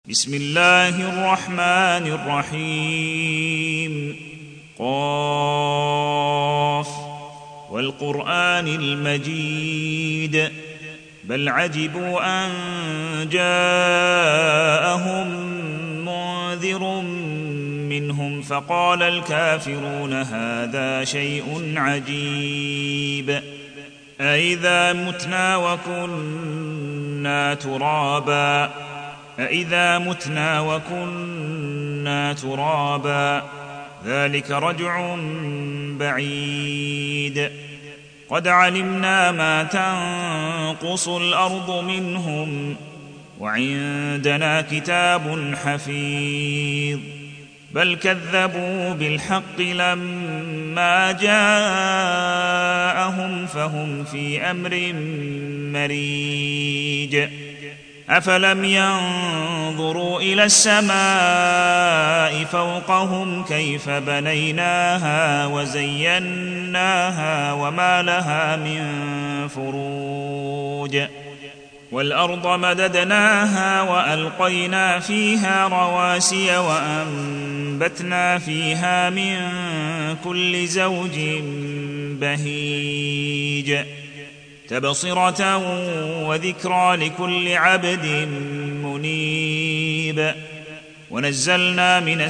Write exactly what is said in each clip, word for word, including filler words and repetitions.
بسم الله الرحمن الرحيم. قاف والقرآن المجيد بل عجبوا أن جاءهم منذر منهم فقال الكافرون هذا شيء عجيب أإذا متنا وكنا ترابا أإذا متنا وكنا ترابا ذلك رجع بعيد قد علمنا ما تنقص الأرض منهم وعندنا كتاب حفيظ بل كذبوا بالحق لما جاءهم فهم في أمر مريج أفلم ينظروا إلى السماء فوقهم كيف بنيناها وزيناها وما لها من فروج والأرض مددناها وألقينا فيها رواسي وأنبتنا فيها من كل زوج بهيج تبصرة وذكرى لكل عبد منيب ونزلنا من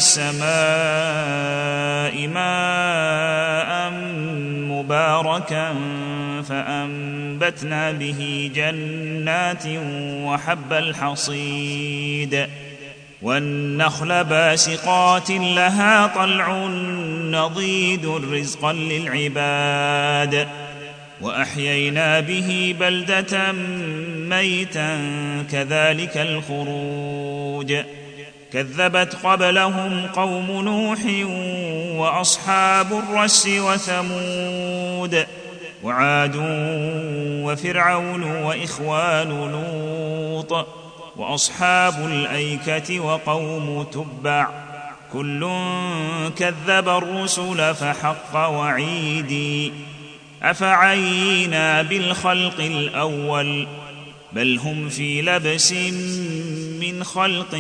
السماء ماء مباركا فأنبتنا به جنات وحب الحصيد والنخل باسقات لها طلع نضيد رزقا للعباد وأحيينا به بلدة ميتا كذلك الخروج كذبت قبلهم قوم نوح وأصحاب الرس وثمود وعاد وفرعون وإخوان لوط وأصحاب الأيكة وقوم تبع كل كذب الرسل فحق وعيدي أفعينا بالخلق الأول بل هم في لبس من خلق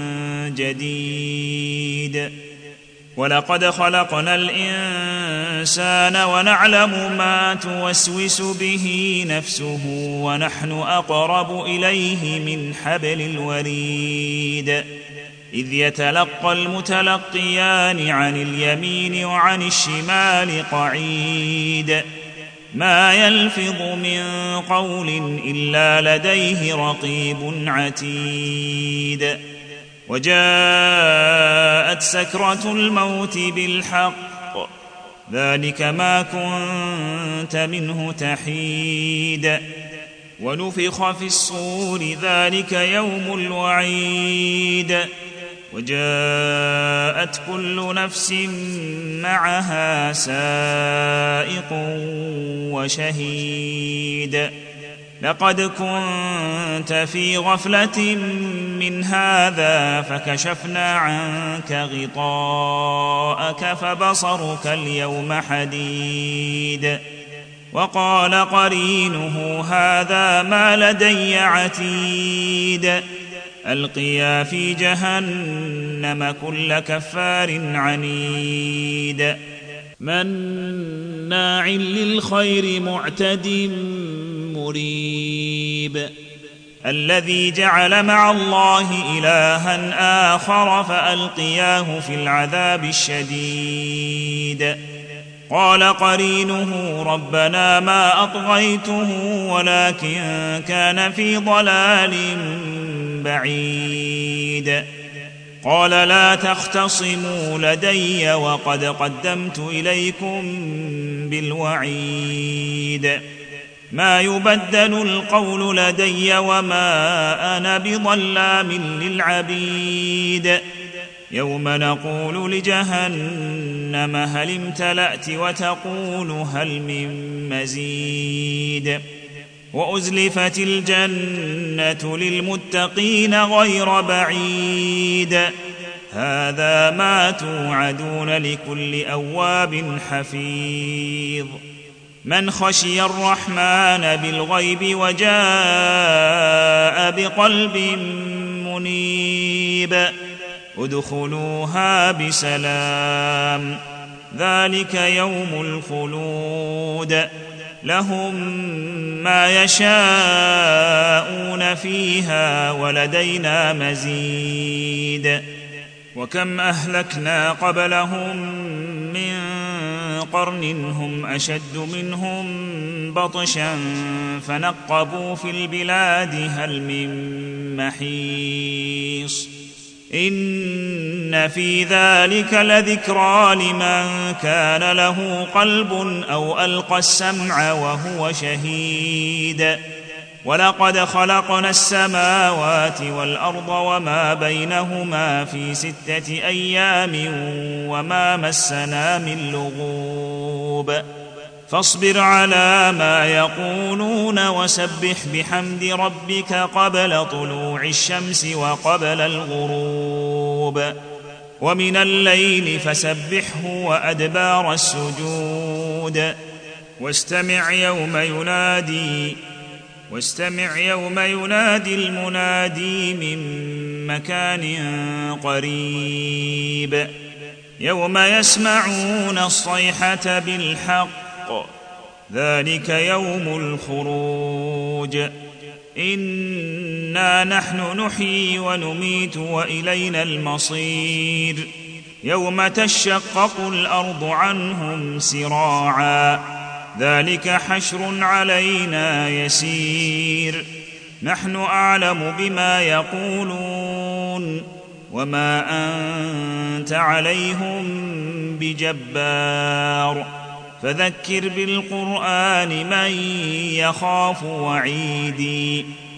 جديد ولقد خلقنا الإنسان ونعلم ما توسوس به نفسه ونحن أقرب إليه من حبل الوريد إذ يتلقى المتلقيان عن اليمين وعن الشمال قعيد ما يلفظ من قول إلا لديه رقيب عتيد وجاءت سكرة الموت بالحق ذلك ما كنت منه تحيد ونفخ في الصور ذلك يوم الوعيد وجاءت كل نفس معها سائق وشهيد لقد كنت في غفلة من هذا فكشفنا عنك غطاءك فبصرك اليوم حديد وقال قرينه هذا ما لدي عتيد ألقيا في جهنم كل كفار عنيد مناع للخير معتد مريب الذي جعل مع الله إلها آخر فألقياه في العذاب الشديد قال قرينه ربنا ما أطغيته ولكن كان في ضلال بعيد قال لا تختصموا لدي وقد قدمت إليكم بالوعيد ما يبدل القول لدي وما أنا بظلام للعبيد يوم نقول لجهنم هل امتلأت وتقول هل من مزيد وأزلفت الجنة للمتقين غير بعيد هذا ما توعدون لكل أواب حفيظ من خشي الرحمن بالغيب وجاء بقلب منيب حسيب ادخلوها بسلام ذلك يوم الخلود لهم ما يشاءون فيها ولدينا مزيد وكم أهلكنا قبلهم من قرن هم أشد منهم بطشا فنقبوا في البلاد هل من محيص إن في ذلك لذكرى لمن كان له قلب أو ألقى السمع وهو شهيد ولقد خلقنا السماوات والأرض وما بينهما في ستة أيام وما مسنا من لغوب فاصبر على ما يقولون وسبح بحمد ربك قبل طلوع الشمس وقبل الغروب ومن الليل فسبحه وأدبار السجود واستمع يوم ينادي واستمع يوم ينادي المنادي من مكان قريب يوم يسمعون الصيحة بالحق ذلك يوم الخروج إنا نحن نحيي ونميت وإلينا المصير يوم تشقق الأرض عنهم سراعا ذلك حشر علينا يسير نحن أعلم بما يقولون وما أنت عليهم بجبار فذكر بالقرآن من يخاف وعيدي